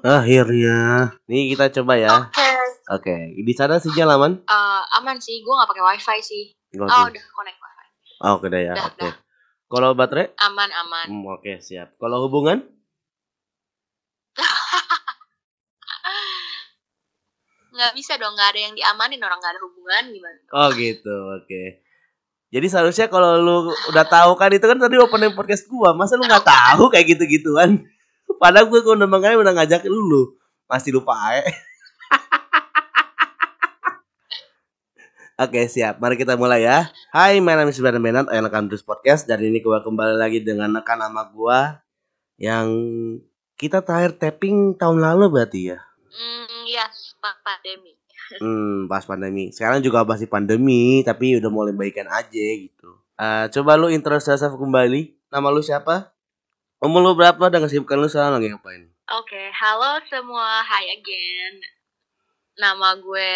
Akhirnya, nih kita coba ya. Oke. Di sana sinyal aman? Aman sih, gue nggak pakai wifi sih. Oke. Udah connect wifi. Oke deh ya. Oke. Kalau baterai? Aman. Oke, siap. Kalau hubungan? Nggak bisa dong, nggak ada yang diamanin, orang nggak ada hubungan gimana? Oh gitu, oke. Jadi seharusnya kalau lu udah tahu kan, itu kan tadi opening podcast gua, masa lu nggak tahu kayak gitu-gituan? Padahal gue udah makanya udah ngajak lu masih lupa aja. Oke, siap. Mari kita mulai ya. Hai, my name is Brandon Benat, I welcome to this podcast. Dan ini gua kembali lagi dengan rekan nama gua yang kita terakhir tapping tahun lalu berarti ya? Iya, pandemi. Pas pandemi. Sekarang juga masih pandemi, tapi udah mulai baikan aja gitu. Coba lu introduce yourself kembali. Nama lu siapa? Umur lu berapa dan kesibukan lu sekarang lagi ngapain? Oke, halo semua, hi again. Nama gue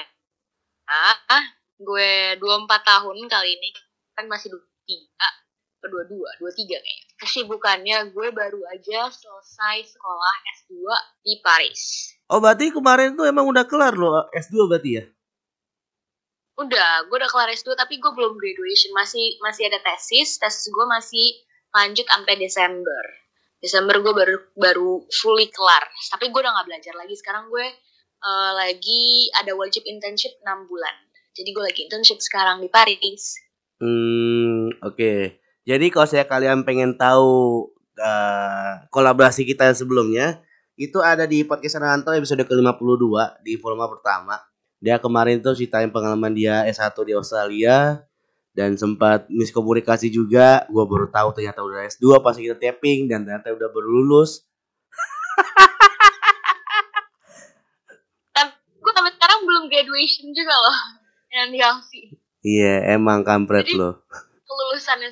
gue 24 tahun kali ini, kan masih 23 kayaknya. Kesibukannya gue baru aja selesai sekolah S2 di Paris. Oh, berarti kemarin tuh emang udah kelar lo S2 berarti ya? Udah, gue udah kelar S2 tapi gue belum graduation, masih ada tesis gue masih lanjut sampai Desember gue baru fully kelar. Tapi gue udah nggak belajar lagi. Sekarang gue lagi ada wajib internship 6 bulan. Jadi gue lagi internship sekarang di Paris. Oke. Jadi kalau kalian pengen tahu kolaborasi kita sebelumnya, itu ada di podcast Ananto episode ke-52 di volume pertama. Dia kemarin tuh ceritain pengalaman dia S1 di Australia dan sempat miskomunikasi juga. Gue baru tahu ternyata udah S2 pas kita tapping dan ternyata udah baru lulus. Gue sampai sekarang belum graduation juga loh. Yang diangsi. Iya, emang kampret lo. Kelulusannya.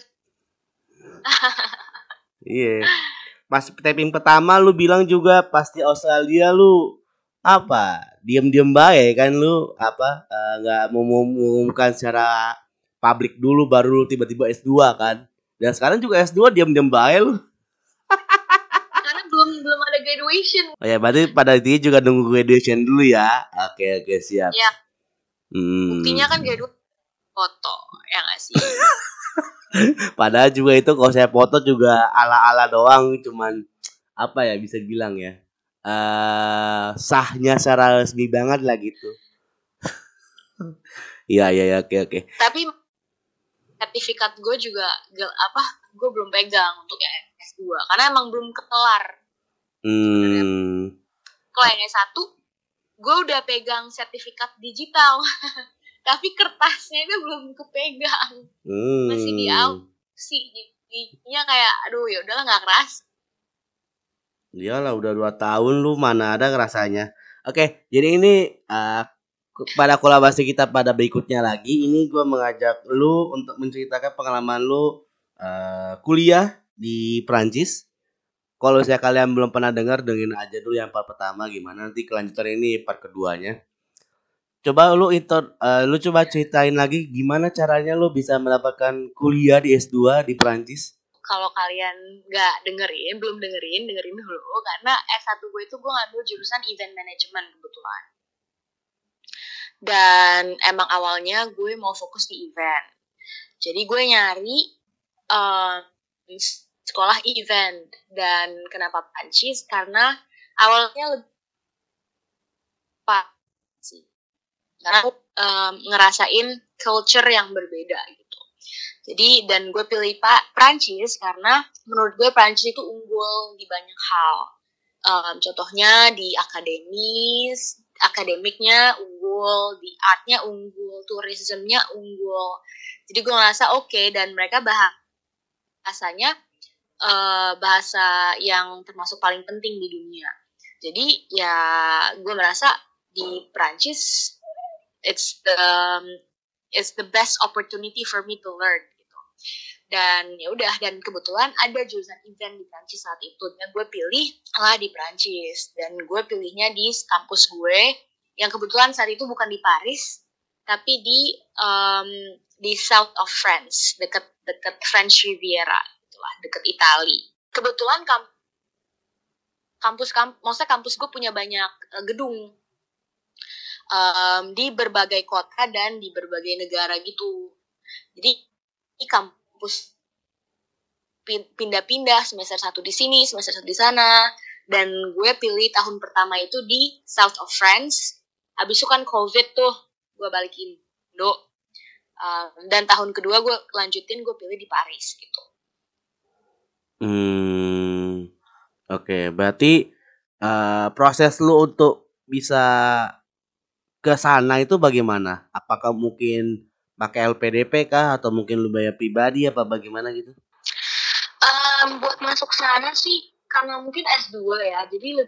Iya. Pas tapping pertama lu bilang juga pasti Australia lu apa? Diam-diam baik kan lu apa? Nggak mau mengumumkan secara publik dulu baru lu tiba-tiba S2 kan. Dan sekarang juga S2 diam-diam baik lu. Karena belum ada graduation. Oh ya, berarti pada intinya juga nunggu graduation dulu ya. Oke, siap. Iya. Buktinya kan graduation foto, ya nggak sih? Padahal juga itu kalau saya foto juga ala-ala doang, cuman apa ya bisa bilang ya, sahnya secara resmi banget lah gitu. Iya, oke. Tapi sertifikat gue juga gue belum pegang untuk yang S2 karena emang belum kelar. Kalau yang S1 gue udah pegang sertifikat digital. Tapi kertasnya itu belum kepegang. Masih di audisi. Jadinya kayak aduh ya udahlah nggak keras. Iyalah udah 2 tahun lu mana ada rasanya. Oke, jadi ini pada kolaborasi kita pada berikutnya lagi, ini gue mengajak lu untuk menceritakan pengalaman lu kuliah di Prancis. Kalau kalian belum pernah dengar, dengerin aja dulu yang part pertama gimana, nanti kelanjutan ini part keduanya. Coba lu coba ceritain lagi gimana caranya lu bisa mendapatkan kuliah di S2 di Prancis. Kalau kalian belum dengerin dulu karena S1 gue itu gue ngambil jurusan event management kebetulan. Dan emang awalnya gue mau fokus di event. Jadi gue nyari sekolah event. Dan kenapa Prancis? Karena awalnya lebih sih. Karena ngerasain culture yang berbeda gitu. Jadi dan gue pilih Prancis karena menurut gue Prancis itu unggul di banyak hal. Contohnya di akademiknya unggul, di artnya unggul, tourismnya unggul. Jadi gue ngerasa oke, dan mereka bahasanya bahasa yang termasuk paling penting di dunia. Jadi ya gue merasa di Prancis it's the best opportunity for me to learn gitu. Dan ya udah, dan kebetulan ada jurusan event di Prancis saat itu, dan gue pilih lah di Prancis, dan gue pilihnya di kampus gue yang kebetulan saat itu bukan di Paris tapi di south of France, dekat French Riviera, itulah dekat Itali. Kebetulan maksudnya kampus gue punya banyak gedung di berbagai kota dan di berbagai negara gitu. Jadi di kampus pindah-pindah, semester 1 di sini, semester 1 di sana. Dan gue pilih tahun pertama itu di South of France. Habis itu kan COVID tuh, gue balik Indo. Dan tahun kedua gue lanjutin, gue pilih di Paris gitu. Oke, berarti proses lu untuk bisa ke sana itu bagaimana? Apakah mungkin pakai LPDP kah atau mungkin lu bayar pribadi apa bagaimana gitu? Buat masuk sana sih karena mungkin S2 ya, jadi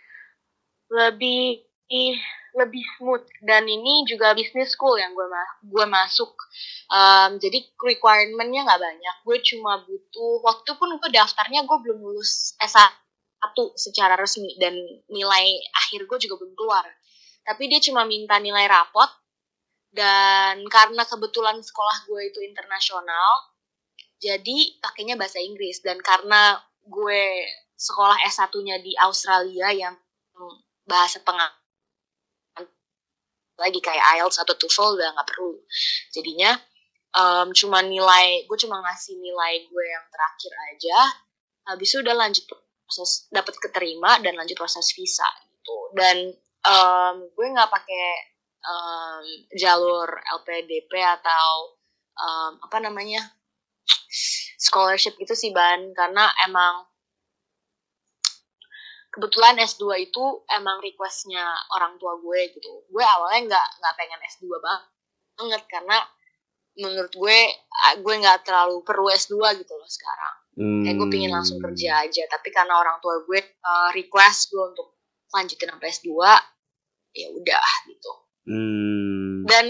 lebih smooth. Dan ini juga business school yang gue masuk. Jadi requirement-nya nggak banyak. Gue cuma butuh, waktu pun gue daftarnya gue belum lulus S1 secara resmi dan nilai akhir gue juga belum keluar. Tapi dia cuma minta nilai rapot, dan karena kebetulan sekolah gue itu internasional, jadi pakainya bahasa Inggris. Dan karena gue sekolah S1-nya di Australia yang bahasa lagi kayak IELTS atau TOEFL udah nggak perlu. Jadinya gue cuma ngasih nilai gue yang terakhir aja. Habis itu udah lanjut proses, dapat keterima dan lanjut proses visa gitu. Dan gue nggak pakai jalur LPDP atau scholarship gitu sih Ban, karena emang kebetulan S2 itu emang requestnya orang tua gue gitu. Gue awalnya nggak pengen S2 banget karena menurut gue nggak terlalu perlu S2 gitu loh sekarang. Kayak gue pengen langsung kerja aja. Tapi karena orang tua gue request gue untuk lanjutin sampai S2, ya udah gitu. Dan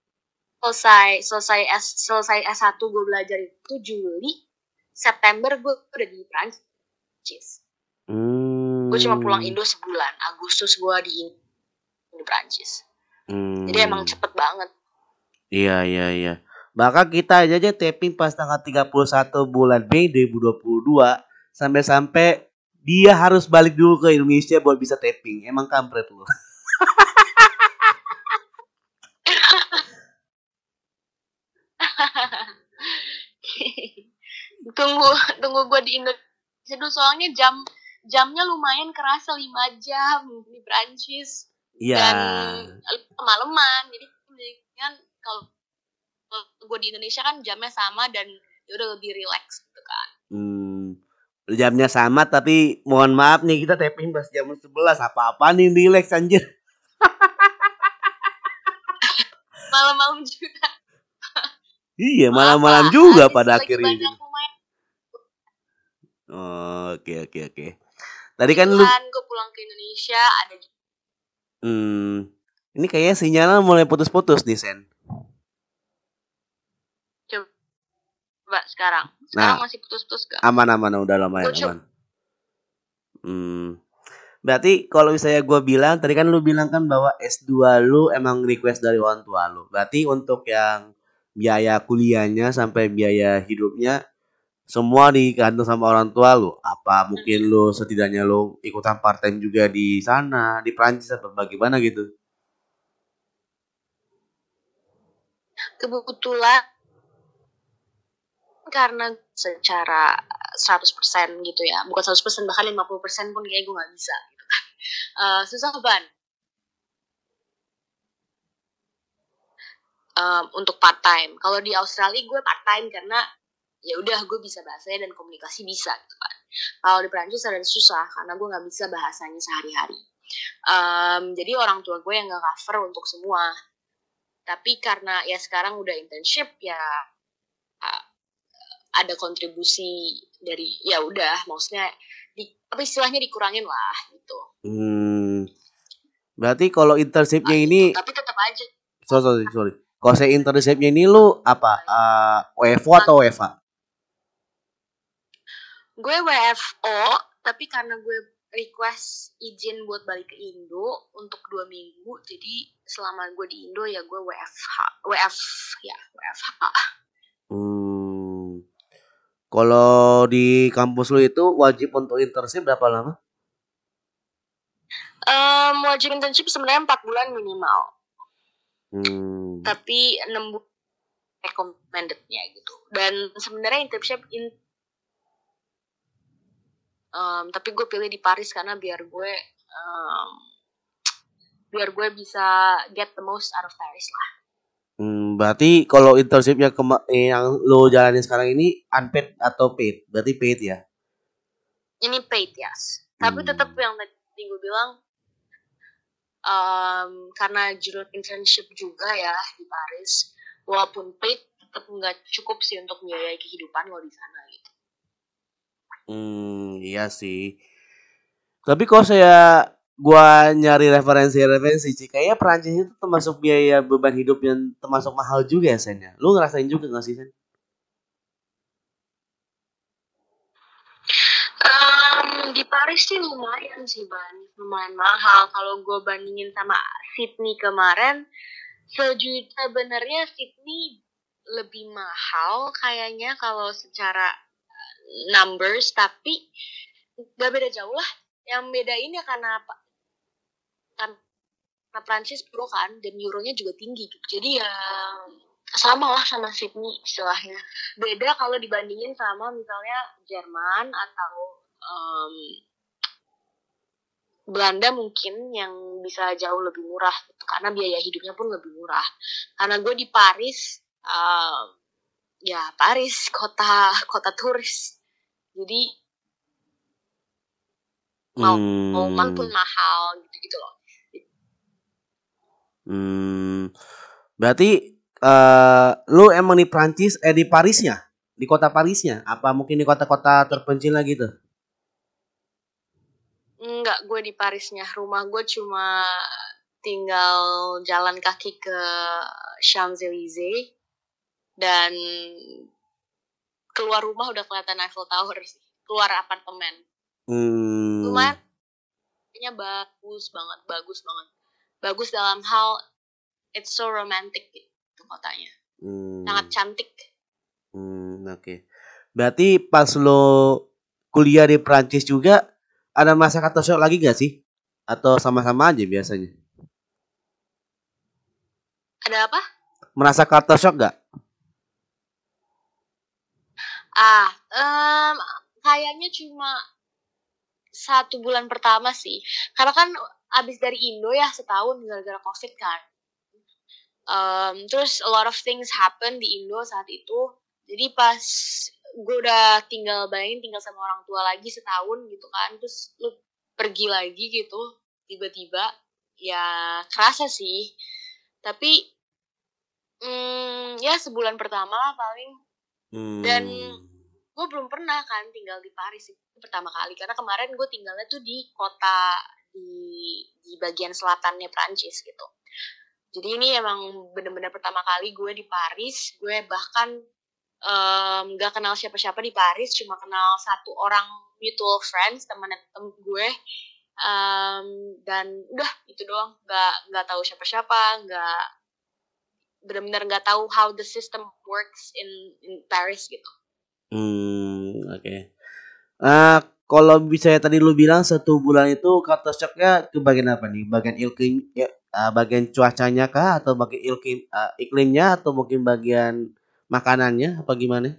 selesai S1 gue belajar itu Juli, September gue udah di Prancis. Gue cuma pulang Indo sebulan. Agustus gue di Prancis. Jadi emang cepet banget. Iya. Bahkan kita aja taping pas tanggal 31 bulan Mei 2022. Sampai dia harus balik dulu ke Indonesia buat bisa taping. Emang kampret lu. Tunggu gue di Indonesia dulu, soalnya jamnya lumayan kerasa 5 jam di Prancis. Iya. Dan kemalaman, jadi kan kalau gue di Indonesia kan jamnya sama dan ya udah lebih relax gitu kan. Jamnya sama tapi mohon maaf nih kita taping pas jam 11, apa-apa nih relax anjir. Malam-malam juga. Iya, malam-malam juga pada akhirnya. Oke. Tadi kan lu gue pulang ke Indonesia ada. Ini kayaknya sinyalnya mulai putus-putus nih, Sen. Coba sekarang masih putus-putus gak? Aman, udah lumayan aman. Berarti kalau misalnya gue bilang, tadi kan lu bilang kan bahwa S2 lu emang request dari orang tua lu. Berarti untuk yang biaya kuliahnya sampai biaya hidupnya semua digantung sama orang tua lu. Apa mungkin lu setidaknya lu ikutan part time juga di sana, di Prancis atau bagaimana gitu? Kebetulan karena secara 100% gitu ya, bukan 100%, bahkan 50% pun kayak gue gak bisa gitu kan. Susah Ban. Untuk part time. Kalau di Australia gue part time karena ya udah gue bisa bahasanya dan komunikasi bisa gitu kan. Kalau di Prancis ada susah karena gue nggak bisa bahasanya sehari-hari. Jadi orang tua gue yang nggak cover untuk semua. Tapi karena ya sekarang udah internship ya ada kontribusi dari ya udah, maksudnya tapi istilahnya dikurangin lah gitu. Berarti kalau internshipnya ini gitu. Tapi tetap aja. Sorry. Kalau saya internshipnya ini lu apa? WFO atau WFA? Gue WFO, tapi karena gue request izin buat balik ke Indo untuk 2 minggu, jadi selama gue di Indo ya gue WFH. Kalau di kampus lu itu wajib untuk internship berapa lama? Wajib internship sebenarnya 4 bulan minimal. Tapi 6 bulan recommendednya gitu. Dan sebenarnya internship tapi gue pilih di Paris karena biar gue bisa get the most out of Paris lah. Berarti kalau internshipnya yang lo jalanin sekarang ini unpaid atau paid? Berarti paid ya? Ini paid, yes. Tapi tetap yang tadi gue bilang, karena judul internship juga ya di Paris, walaupun paid tetap nggak cukup sih untuk membiayai kehidupan lo di sana gitu. Iya sih. Tapi kalau gua nyari referensi sih, kayaknya Perancis itu termasuk biaya beban hidup yang termasuk mahal juga ya, Sen ya. Lu ngerasain juga nggak sih, Sen? Di Paris sih lumayan sih, Ban. Lumayan mahal. Kalau gue bandingin sama Sydney kemarin, sebenarnya Sydney lebih mahal kayaknya kalau secara numbers, tapi gak beda jauh lah. Yang beda ini ya karena apa? Karena Prancis pro kan, dan euronya juga tinggi gitu. Jadi ya sama lah sama Sydney istilahnya. Beda kalau dibandingin sama misalnya Jerman atau Belanda mungkin yang bisa jauh lebih murah gitu, karena biaya hidupnya pun lebih murah. Karena gue di Paris, ya Paris kota turis, jadi mau pun mahal gitu loh. Berarti lu emang di Prancis, di Parisnya, di kota Parisnya, apa mungkin di kota-kota terpencil lagi tuh? Enggak, gue di Parisnya. Rumah gue cuma tinggal jalan kaki ke Champs-Élysées dan keluar rumah udah kelihatan Eiffel Tower sih. Keluar apartemen. Lumayan, kayaknya bagus banget. Bagus dalam hal it's so romantic gitu kotanya. Sangat cantik. Oke. Berarti pas lo kuliah di Prancis juga ada masa culture shock lagi gak sih? Atau sama-sama aja biasanya? Ada apa? Merasa culture shock gak? Kayaknya cuma 1 bulan pertama sih. Karena kan abis dari Indo ya setahun gara-gara COVID kan. Terus a lot of things happen di Indo saat itu. Jadi pas gue udah tinggal sama orang tua lagi setahun gitu kan, terus lu pergi lagi gitu tiba-tiba, ya kerasa sih. Tapi ya sebulan pertama lah paling. Dan gue belum pernah kan tinggal di Paris, itu pertama kali karena kemarin gue tinggalnya tuh di kota di bagian selatannya Prancis gitu. Jadi ini emang benar-benar pertama kali gue di Paris. Gue bahkan gak kenal siapa-siapa di Paris, cuma kenal satu orang mutual friends, temen gue, dan udah itu doang. Gak tahu siapa-siapa, benar-benar gak tahu how the system works in Paris gitu. Oke. Kalau bisa tadi lu bilang 1 bulan itu culture shocknya ke bagian apa nih? Bagian iklim ya, bagian cuacanya kah, atau bagian iklimnya, atau mungkin bagian makanannya, apa gimana?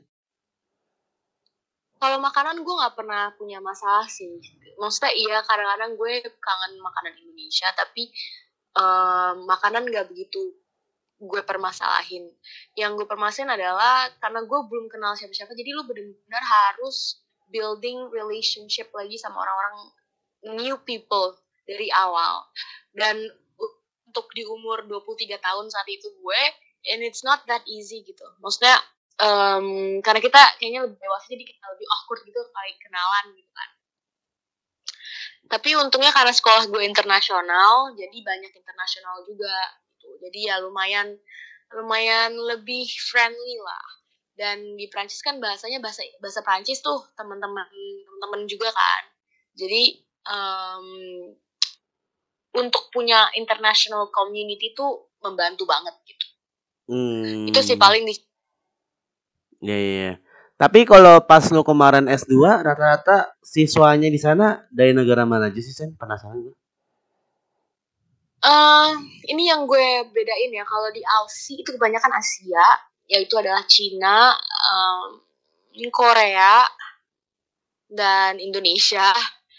Kalau makanan gue nggak pernah punya masalah sih. Maksudnya iya kadang-kadang gue kangen makanan Indonesia, tapi makanan nggak begitu gue permasalahin. Yang gue permasalahin adalah karena gue belum kenal siapa-siapa, jadi lu benar-benar harus building relationship lagi sama orang-orang, new people dari awal. Dan untuk di umur 23 tahun saat itu gue, and it's not that easy gitu. Maksudnya karena kita kayaknya lebih dewasa, jadi kita lebih awkward gitu kali kenalan gitu kan. Tapi untungnya karena sekolah gue internasional, jadi banyak internasional juga gitu. Jadi ya lumayan lebih friendly lah. Dan di Prancis kan bahasanya bahasa Prancis tuh, teman-teman juga kan. Jadi untuk punya international community tuh membantu banget gitu. Itu sih paling di. Iya. Tapi kalau pas lo kemarin S2, rata-rata siswanya di sana dari negara mana aja sih, Sen? Penasaran gue. Ini yang gue bedain ya, kalau di Aussie itu kebanyakan Asia, yaitu adalah Cina, Korea, dan Indonesia.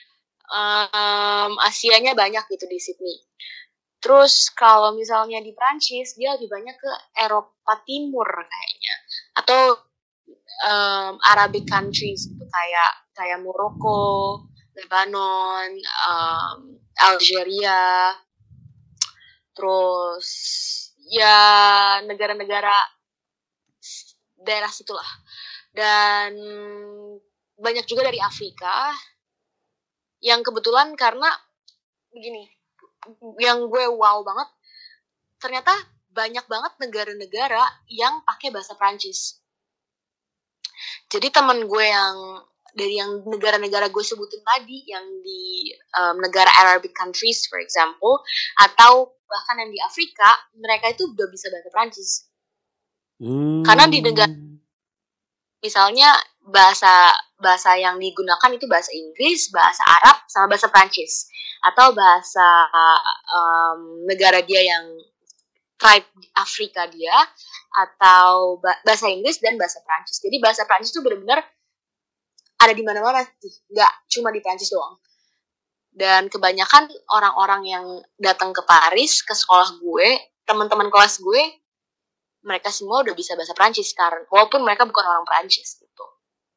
Asianya banyak gitu di Sydney. Terus kalau misalnya di Prancis, dia lebih banyak ke Eropa Timur kayaknya, atau Arabic countries gitu, kayak Maroko, Lebanon, Algeria, terus ya negara-negara daerah situlah. Dan banyak juga dari Afrika, yang kebetulan karena begini, yang gue wow banget, ternyata banyak banget negara-negara yang pakai bahasa Prancis. Jadi teman gue dari yang negara-negara gue sebutin tadi, yang di negara Arabic countries for example, atau bahkan yang di Afrika, mereka itu udah bisa bahasa Prancis. Karena di negara, misalnya bahasa yang digunakan itu bahasa Inggris, bahasa Arab, sama bahasa Prancis, atau bahasa negara dia yang tribe Afrika dia, atau bahasa Inggris dan bahasa Prancis. Jadi bahasa Prancis itu benar-benar ada di mana-mana sih, nggak cuma di Prancis doang. Dan kebanyakan orang-orang yang datang ke Paris, ke sekolah gue, teman-teman kelas gue, mereka semua udah bisa bahasa Prancis sekarang, walaupun mereka bukan orang Prancis gitu.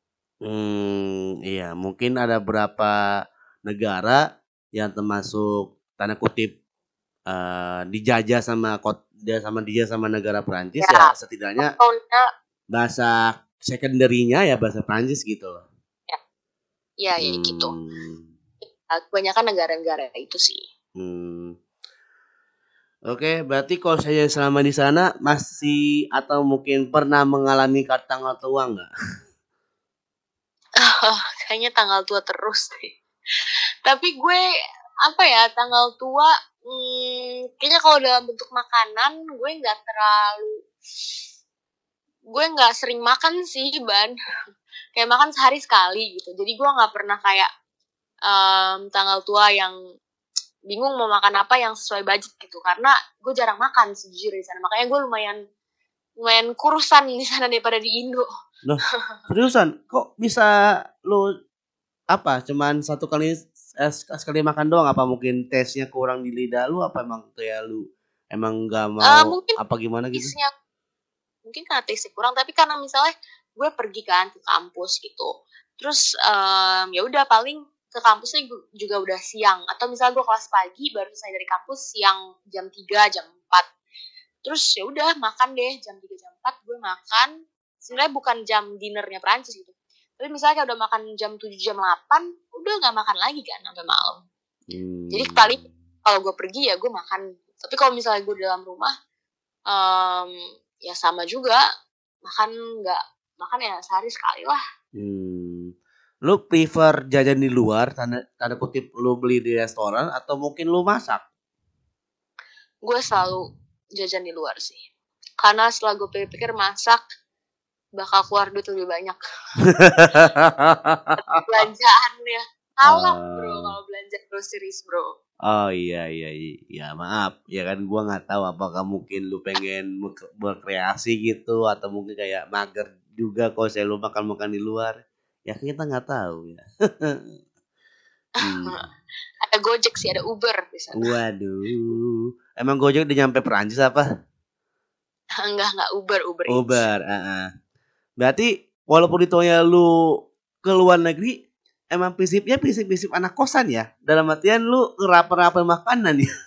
Iya, mungkin ada beberapa negara yang termasuk tanda kutip dijajah sama negara Prancis ya, setidaknya bahasa secondary-nya ya bahasa Prancis gitu loh. Ya gitu. Kebanyakan negara-negara itu sih. Oke, berarti kalau saya selama di sana masih atau mungkin pernah mengalami tanggal tua nggak? Kayaknya tanggal tua terus deh. Tapi gue tanggal tua, kayaknya kalau dalam bentuk makanan gue nggak sering makan sih, Ban. Kayak makan sehari sekali gitu. Jadi gue nggak pernah kayak tanggal tua yang bingung mau makan apa yang sesuai budget gitu, karena gue jarang makan sejujurnya di sana. Makanya gue lumayan kurusan di sana daripada di Indo. Loh, seriusan? Kok bisa lu cuman sekali makan doang? Apa mungkin tesnya kurang di lidah lu? Apa emang kayak lu emang nggak mau apa gimana gitu? Mungkin karena tesnya kurang, tapi karena misalnya gue pergi kan ke kampus gitu, terus ya udah paling ke kampusnya juga udah siang, atau misalnya gue kelas pagi baru selesai dari kampus siang jam 3, jam 4, terus ya udah makan deh jam 3, jam 4 gue makan. Sebenarnya bukan jam dinernya Prancis gitu, tapi misalnya kayak udah makan jam 7, jam 8 udah nggak makan lagi kan sampai malam. Jadi paling kalau gue pergi ya gue makan, tapi kalau misalnya gue di dalam rumah ya sama juga, makan ya sehari sekali lah. Lu prefer jajan di luar, tanda kutip lu beli di restoran, atau mungkin lu masak? Gue selalu jajan di luar sih, karena setelah gue pikir masak bakal keluar duit lebih banyak. Belanjaannya kalah bro kalau belanja groceries bro. Oh iya, maaf ya kan gue nggak tahu apakah mungkin lu pengen berkreasi gitu, atau mungkin kayak mager juga kalau saya lu makan di luar. Ya kita nggak tahu ya. Ada Gojek sih, ada Uber di sana. Waduh, emang Gojek udah nyampe Perancis apa? Enggak Uber. Uber, Berarti walaupun ditanya lu ke luar negeri, emang prinsip anak kosan ya? Dalam artian lu ngeraper-raper makanan ya?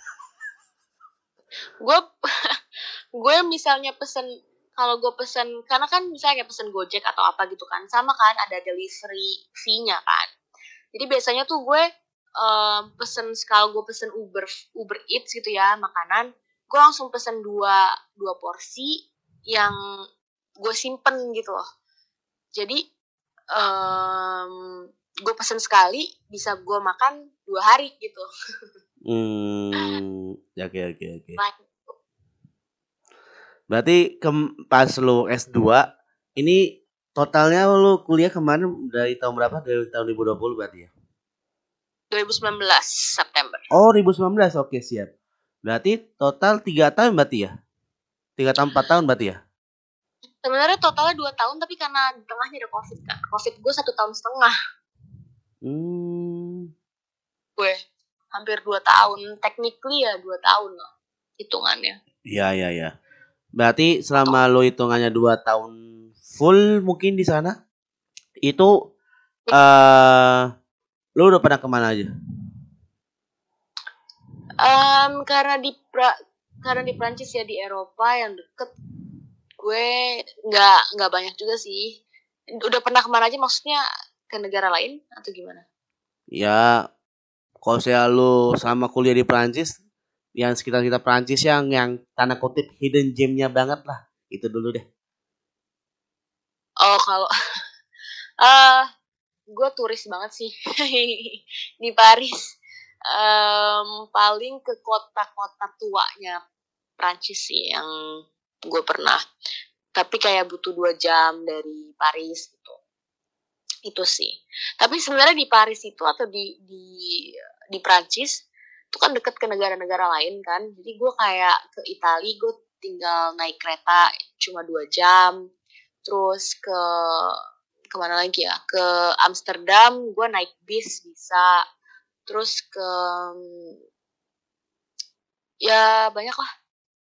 Gue misalnya kalau gue pesen, karena kan misalnya kayak pesen Gojek atau apa gitu kan, sama kan ada delivery fee-nya kan. Jadi biasanya tuh gue kalau gue pesen Uber Eats gitu ya, makanan, gue langsung pesen dua porsi yang gue simpen gitu loh. Jadi gue pesen sekali bisa gue makan 2 hari gitu. Oke. Berarti pas lu S2 ini totalnya lu kuliah kemarin dari tahun berapa? Dari tahun 2020 berarti ya? 2019 September. Oh, 2019. Oke, siap. Berarti total 3 tahun berarti ya? 3 tahun 4 tahun berarti ya? Sebenarnya totalnya 2 tahun, tapi karena di tengahnya ada COVID kan. COVID gue 1,5 tahun. Gue hampir 2 tahun. Technically ya 2 tahun lah hitungannya. Iya. Berarti Atau selama lo hitungannya 2 tahun full mungkin di sana itu eh lo udah pernah kemana aja? Karena di Prancis ya, di Eropa yang deket, gue nggak banyak juga sih. Udah pernah kemana aja, maksudnya ke negara lain atau gimana? Ya, kalau saya lu sama kuliah di Prancis, yang sekitar kita Prancis yang tanda kutip hidden gemnya banget lah, itu dulu deh. Oh, kalau uh, gue turis banget sih di Paris. Paling ke kota-kota tuanya Prancis sih yang gue pernah. Tapi kayak butuh 2 jam dari Paris gitu. Itu sih. Tapi sebenarnya di Paris itu atau di Prancis itu kan deket ke negara-negara lain kan. Jadi gue kayak ke Italia, gue tinggal naik kereta cuma 2 jam. Terus kemana lagi ya? Ke Amsterdam gue naik bis bisa. Terus ke ya banyak lah.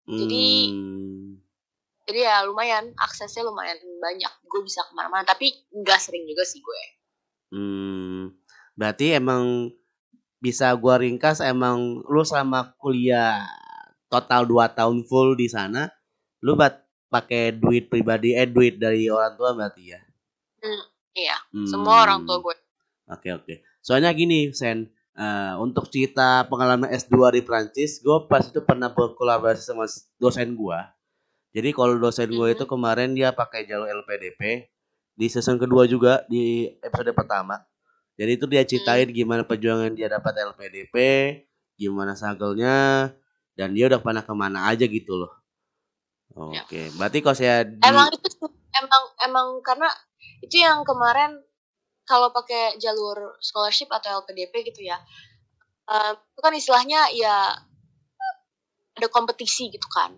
Jadi ya lumayan, aksesnya lumayan banyak. Gue bisa kemana-mana, tapi nggak sering juga sih gue. Berarti emang bisa gua ringkas, emang lu selama kuliah total 2 tahun full di sana, lu pakai duit pribadi, duit dari orang tua berarti ya? Iya, semua orang tua gue. Oke. Soalnya gini, Sen, untuk cerita pengalaman S2 di Prancis, gue pas itu pernah berkolaborasi sama dosen gue. Jadi kalau dosen gue itu kemarin dia pakai jalur LPDP di season kedua juga di episode pertama. Jadi itu dia ceritain gimana perjuangan dia dapat LPDP, gimana struggle-nya, dan dia udah pernah kemana aja gitu loh. Oke, berarti kalau saya emang karena itu yang kemarin kalau pakai jalur scholarship atau LPDP gitu ya, itu kan istilahnya ya ada kompetisi gitu kan.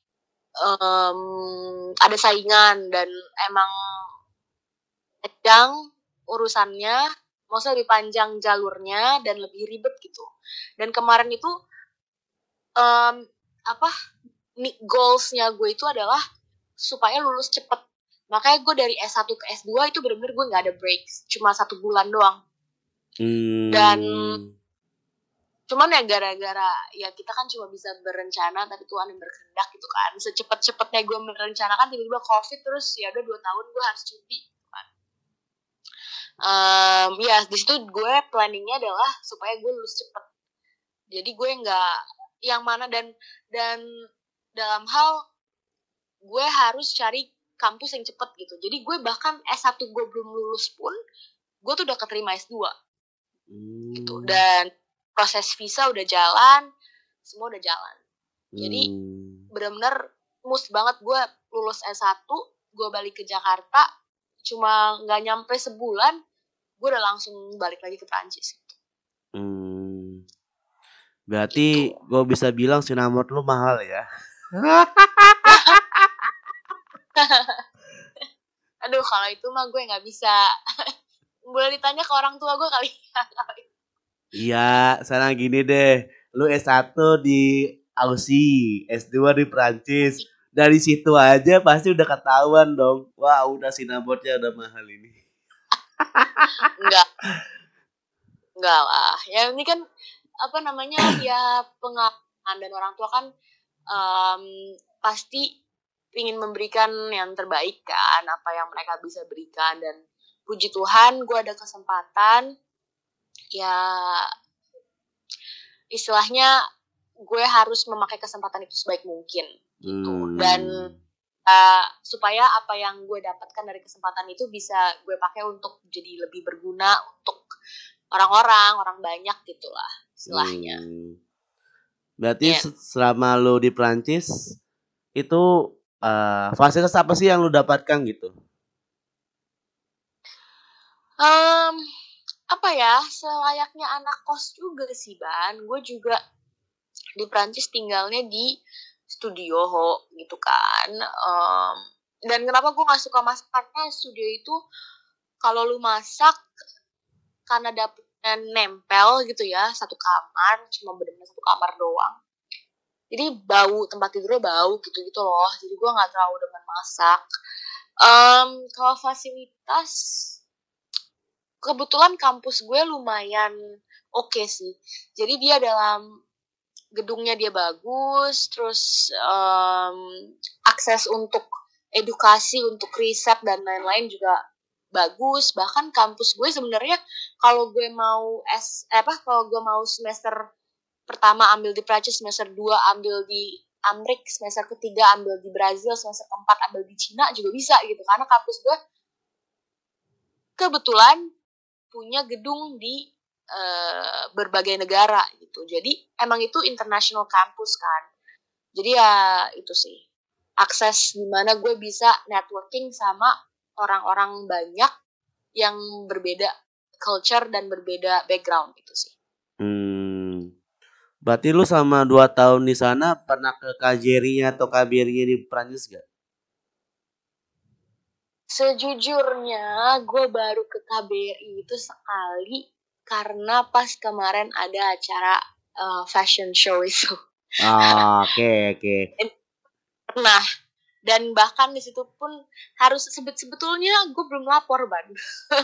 Ada saingan dan emang panjang urusannya, maksudnya lebih panjang jalurnya dan lebih ribet gitu. Dan kemarin itu goals-nya gue itu adalah supaya lulus cepet. Makanya gue dari S1 ke S2 itu bener-bener gue gak ada breaks. Cuma 1 bulan doang. Dan cuman ya gara-gara ya kita kan cuma bisa berencana, tapi Tuhan yang berkehendak gitu kan. Secepat-cepatnya gue merencanakan, tiba-tiba COVID, terus ya udah 2 tahun gue harus cuti gitu kan. Ya di situ gue planningnya adalah supaya gue lulus cepet. Jadi gue nggak yang mana dan dalam hal gue harus cari kampus yang cepet gitu. Jadi gue bahkan S1 gue belum lulus pun, gue tuh udah keterima S2 gitu. Dan proses visa udah jalan, semua udah jalan. Jadi benar-benar mus banget gue lulus S1, gue balik ke Jakarta, cuma nggak nyampe sebulan, gue udah langsung balik lagi ke Prancis gitu. Berarti gitu. Gue bisa bilang sinamot lu mahal ya. Aduh, kalau itu mah gue nggak bisa. Boleh ditanya ke orang tua gue kali. Iya, sekarang gini deh. Lu S1 di Aussie, S2 di Prancis. Dari situ aja pasti udah ketahuan dong. Wah, udah sinabotnya udah mahal ini. Enggak lah. Ya ini kan apa namanya ya pengalaman, dan orang tua kan pasti ingin memberikan yang terbaik kan, apa yang mereka bisa berikan. Dan puji Tuhan gue ada kesempatan ya, istilahnya gue harus memakai kesempatan itu sebaik mungkin gitu. Dan supaya apa yang gue dapatkan dari kesempatan itu bisa gue pakai untuk jadi lebih berguna untuk orang banyak gitulah istilahnya. Berarti selama lo di Prancis itu fasilitas apa sih yang lo dapatkan gitu? Apa ya, selayaknya anak kos juga sih, Ban. Gue juga di Prancis tinggalnya di studio gitu kan. Dan kenapa gue nggak suka masak, karena studio itu kalau lu masak karena dapetnya nempel gitu ya, satu kamar, cuma bener-bener satu kamar doang, jadi bau, tempat tidurnya bau gitu-gitu loh, jadi gue nggak terlalu demen masak. Kalau fasilitas, kebetulan kampus gue lumayan oke sih, jadi dia dalam gedungnya dia bagus, terus akses untuk edukasi, untuk riset dan lain-lain juga bagus. Bahkan kampus gue sebenarnya kalau gue mau kalau gue mau semester pertama ambil di Prancis, semester 2 ambil di Amrik, semester ketiga ambil di Brazil, semester keempat ambil di Cina juga bisa gitu, karena kampus gue kebetulan punya gedung di berbagai negara gitu. Jadi emang itu international campus kan. Jadi ya itu sih, akses dimana gue bisa networking sama orang-orang banyak yang berbeda culture dan berbeda background gitu sih. Berarti lu sama 2 tahun di sana pernah ke KJRI-nya atau KBRI di Prancis gak? Sejujurnya gue baru ke KBRI itu sekali, karena pas kemarin ada acara fashion show itu. Oke. Nah, dan bahkan di situ pun harus sebetulnya gue belum lapor, Ban.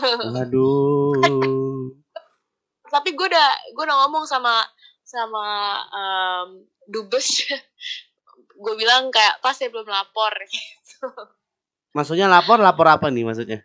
Waduh. Tapi gue udah ngomong sama dubes. Gue bilang kayak pas saya belum lapor gitu. Maksudnya lapor apa nih maksudnya?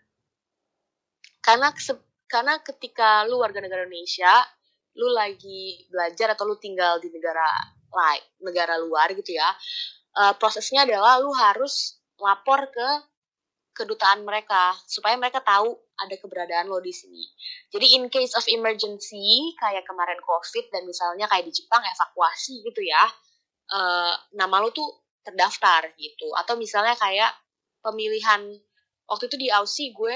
Karena ketika lu warga negara Indonesia, lu lagi belajar atau lu tinggal di negara luar gitu ya, prosesnya adalah lu harus lapor ke kedutaan mereka supaya mereka tahu ada keberadaan lo di sini. Jadi in case of emergency kayak kemarin COVID dan misalnya kayak di Jepang evakuasi gitu ya, nama lo tuh terdaftar gitu. Atau misalnya kayak pemilihan waktu itu di Aussie gue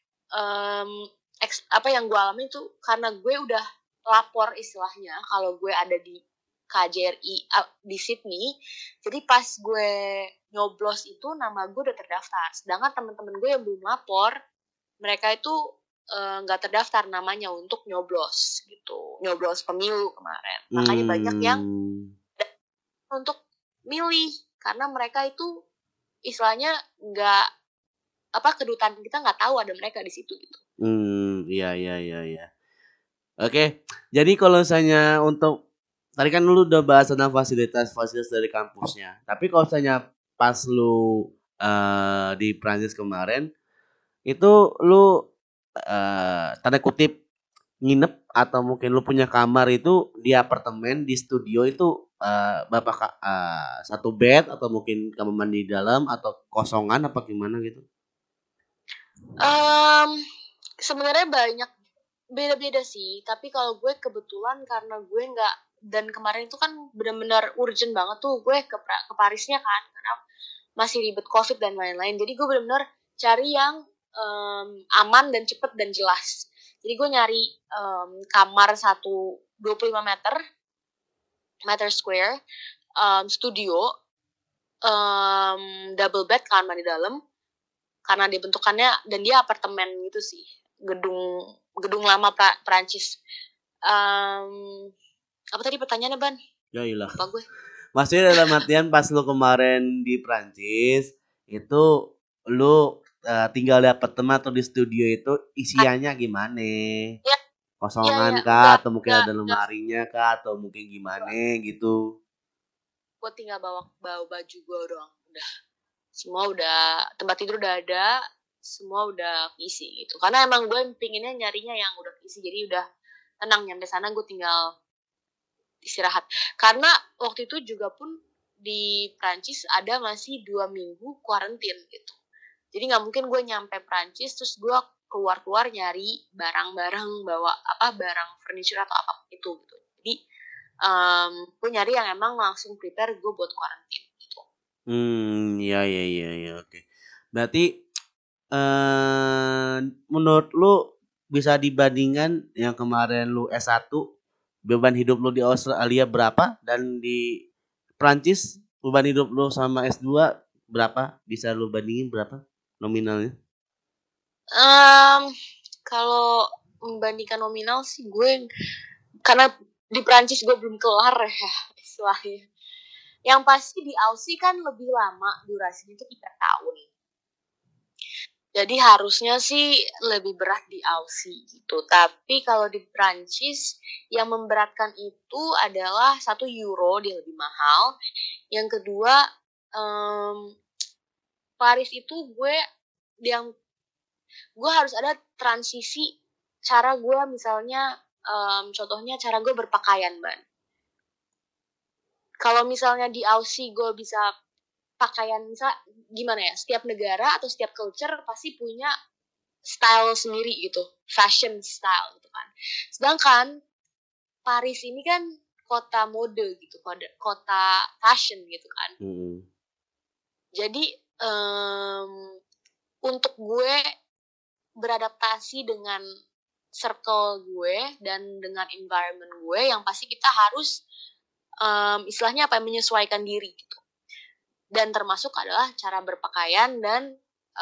apa yang gue alami tuh karena gue udah lapor istilahnya kalau gue ada di KJRI di Sydney, jadi pas gue nyoblos itu nama gue udah terdaftar, sedangkan teman-teman gue yang belum lapor mereka itu nggak terdaftar namanya untuk nyoblos gitu, nyoblos pemilu kemarin. Makanya banyak yang untuk milih karena mereka itu istilahnya nggak kedutaan kita nggak tahu ada mereka di situ gitu. Iya. Oke, jadi kalau misalnya untuk tadi kan lu udah bahas tentang fasilitas dari kampusnya. Tapi kalau misalnya pas lu di Prancis kemarin itu lu tanda kutip nginep atau mungkin lu punya kamar itu di apartemen di studio itu berapa satu bed atau mungkin kamar mandi di dalam atau kosongan apa gimana gitu? Sebenarnya banyak beda-beda sih, tapi kalau gue kebetulan karena gue nggak, dan kemarin itu kan benar-benar urgent banget tuh gue ke Parisnya kan, karena masih ribet COVID dan lain-lain, jadi gue benar-benar cari yang aman dan cepet dan jelas. Jadi gue nyari kamar 25 meter square, studio, double bed, kamar mandi dalam, karena dibentukannya dan dia apartemen gitu sih, gedung lama Perancis. Apa tadi pertanyaannya, Ban? Ya ilah. Apa gue? Maksudnya dalam artian pas lu kemarin di Prancis itu lu tinggal di apartemen atau di studio itu isiannya gimana? Ya, Kosongan ya, kah atau mungkin ada enggak. lemarinya kah atau mungkin gimana gitu? Gue tinggal bawa baju gue doang, udah. Semua udah, tempat tidur udah ada, semua udah isi gitu. Karena emang gue pinginnya nyarinya yang udah isi, jadi udah tenang nyampe sana gue tinggal istirahat. Karena waktu itu juga pun di Prancis ada masih 2 minggu kuarantin gitu. Jadi nggak mungkin gue nyampe Prancis terus gue keluar nyari barang-barang, bawa barang furniture atau apa itu gitu. Jadi gue nyari yang emang langsung prepare gue buat kuarantin gitu. Iya, oke. Berarti menurut lu bisa dibandingkan yang kemarin lu S1 beban hidup lu di Australia berapa dan di Prancis beban hidup lu sama S2 berapa? Bisa lu bandingin berapa nominalnya? Kalau membandingkan nominal sih gue, karena di Prancis gue belum kelar ya istilahnya. Yang pasti di Aussie kan lebih lama durasinya itu 3 tahun. Jadi harusnya sih lebih berat di Aussie gitu. Tapi kalau di Prancis yang memberatkan itu adalah 1 euro, dia lebih mahal. Yang kedua, Paris itu gue harus ada transisi cara gue misalnya, contohnya cara gue berpakaian, Ban. Kalau misalnya di Aussie gue bisa pakaian, misal gimana ya, setiap negara atau setiap culture pasti punya style sendiri gitu, fashion style gitu kan. Sedangkan Paris ini kan kota mode gitu, kota fashion gitu kan. Jadi untuk gue beradaptasi dengan circle gue dan dengan environment gue, yang pasti kita harus istilahnya menyesuaikan diri gitu. Dan termasuk adalah cara berpakaian dan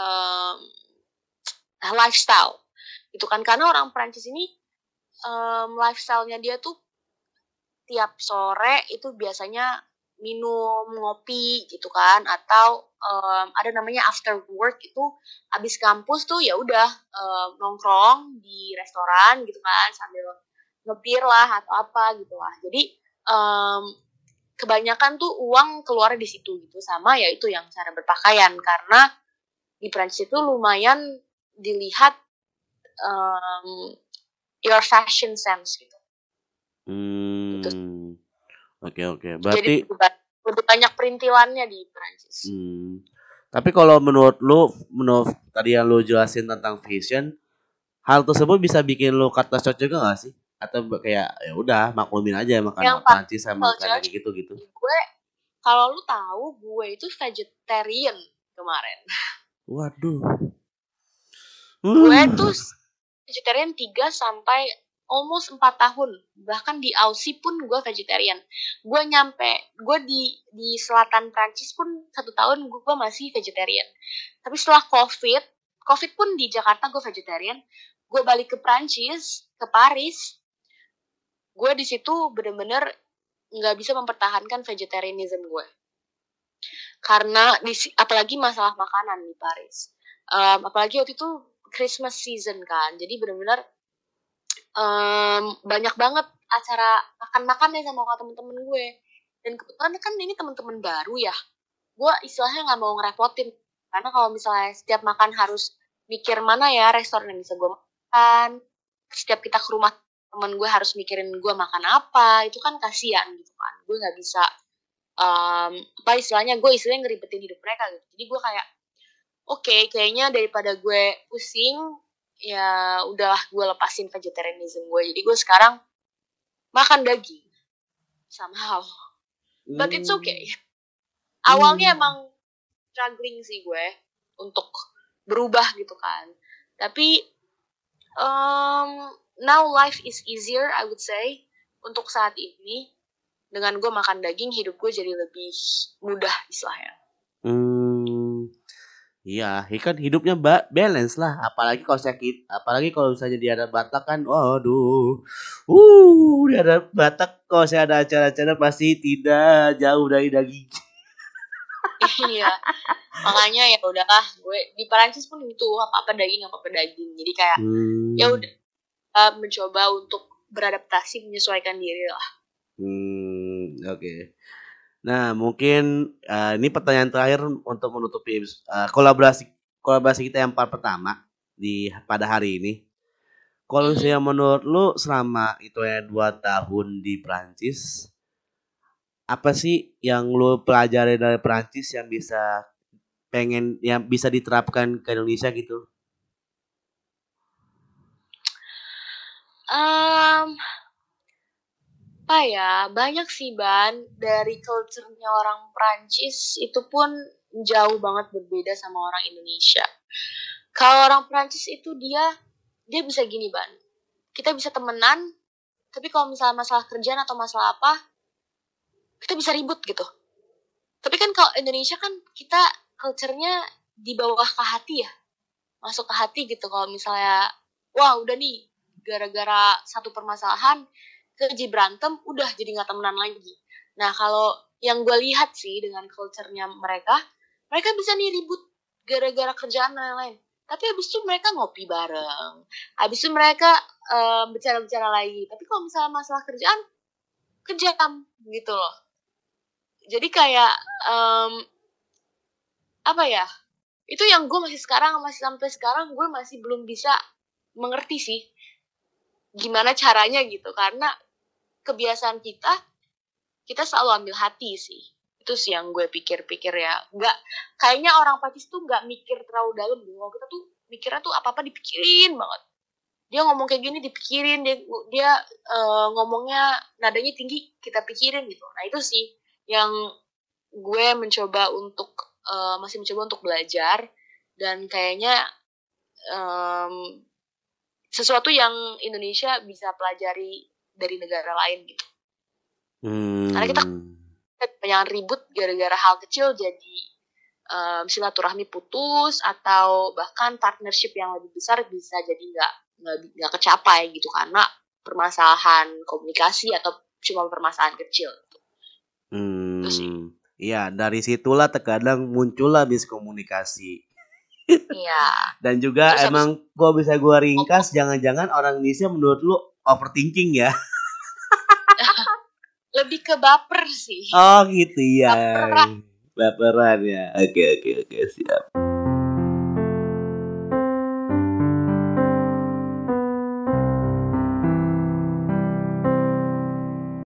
lifestyle gitu kan, karena orang Prancis ini lifestyle-nya dia tuh tiap sore itu biasanya minum ngopi gitu kan, atau ada namanya after work, itu abis kampus tuh ya udah nongkrong di restoran gitu kan sambil ngepir lah atau apa gitu lah. Jadi kebanyakan tuh uang keluar di situ gitu, sama ya itu yang cara berpakaian, karena di Prancis itu lumayan dilihat your fashion sense gitu. Gitu. Oke. Jadi lebih banyak perintilannya di Prancis. Tapi kalau menurut tadi yang lu jelasin tentang fashion, hal tersebut bisa bikin lu kata shock juga gak sih? Atau kayak ya udah maklumin aja makan Prancis sama kayak gitu. Gue, kalau lu tahu, gue itu vegetarian kemarin. Waduh. Gue tuh vegetarian 3 sampai almost 4 tahun. Bahkan di Aussie pun gue vegetarian. Gue di selatan Prancis pun 1 tahun gue masih vegetarian. Tapi setelah COVID pun di Jakarta gue vegetarian. Gue balik ke Prancis, ke Paris, gue di situ bener-bener nggak bisa mempertahankan vegetarianism gue. Karena apalagi masalah makanan di Paris. Apalagi waktu itu Christmas season kan, jadi benar-benar banyak banget acara makan-makan deh sama temen-temen gue. Dan kebetulan kan ini temen-temen baru ya, gue istilahnya nggak mau ngerepotin, karena kalau misalnya setiap makan harus mikir mana ya restoran yang bisa gue makan, setiap kita ke rumah temen gue harus mikirin gue makan apa, itu kan kasihan gitu kan. Gue nggak bisa istilahnya ngeribetin hidup mereka gitu. Jadi gue kayak oke, kayaknya daripada gue pusing, ya udahlah gue lepasin vegetarianism gue. Jadi gue sekarang makan daging somehow. But it's okay. Awalnya emang struggling sih gue untuk berubah gitu kan. Tapi now life is easier, I would say, untuk saat ini. Dengan gue makan daging, hidup gue jadi lebih mudah istilahnya. Iya, kan hidupnya balance lah. Apalagi kalau sakit, apalagi kalau misalnya di ada Batak kan, waduh, di ada Batak kalau saya ada acara-acara pasti tidak jauh dari daging. Iya, makanya ya udahlah, gue di Perancis pun itu apa daging. Jadi kayak ya udah mencoba untuk beradaptasi, menyesuaikan diri lah. Oke. Nah, mungkin ini pertanyaan terakhir untuk menutupi kolaborasi kita yang pertama pada hari ini. Kalau misalnya menurut lu selama itu ya 2 tahun di Prancis, apa sih yang lu pelajari dari Prancis yang bisa diterapkan ke Indonesia gitu? Banyak sih Ban, dari culture-nya orang Prancis itu pun jauh banget berbeda sama orang Indonesia. Kalau orang Prancis itu dia bisa gini Ban, kita bisa temenan tapi kalau misalnya masalah kerjaan atau masalah apa, kita bisa ribut gitu. Tapi kan kalau Indonesia kan kita culture-nya di bawah ke hati ya, masuk ke hati gitu. Kalau misalnya, wah udah nih, gara-gara satu permasalahan, kerja berantem, udah jadi nggak temenan lagi. Nah kalau yang gue lihat sih dengan culture-nya mereka bisa nih ribut gara-gara kerjaan dan lain-lain. Tapi habis itu mereka ngopi bareng, habis itu mereka bicara-bicara lagi. Tapi kalau misalnya masalah kerjaan, kejam gitu loh. Jadi kayak apa ya? Itu yang gue masih sampai sekarang gue masih belum bisa mengerti sih gimana caranya gitu, karena kebiasaan kita selalu ambil hati sih. Itu sih yang gue pikir-pikir ya. Nggak, kayaknya orang Pacis tuh nggak mikir terlalu dalam. Kalau kita tuh mikirnya tuh apa-apa dipikirin banget. Dia ngomong kayak gini dipikirin, dia ngomongnya nadanya tinggi, kita pikirin gitu. Nah itu sih yang gue masih mencoba untuk belajar, dan kayaknya sesuatu yang Indonesia bisa pelajari dari negara lain gitu. Karena kita banyak ribut gara-gara hal kecil jadi silaturahmi putus, atau bahkan partnership yang lebih besar bisa jadi nggak kecapai gitu karena permasalahan komunikasi atau cuma permasalahan kecil. Itu sih. Iya, dari situlah terkadang muncullah miskomunikasi. Iya. Dan juga terus emang gue ringkas, jangan-jangan orang Indonesia menurut lu overthinking ya? Lebih ke baper sih. Oh gitu ya. Baperan ya. Oke, siap.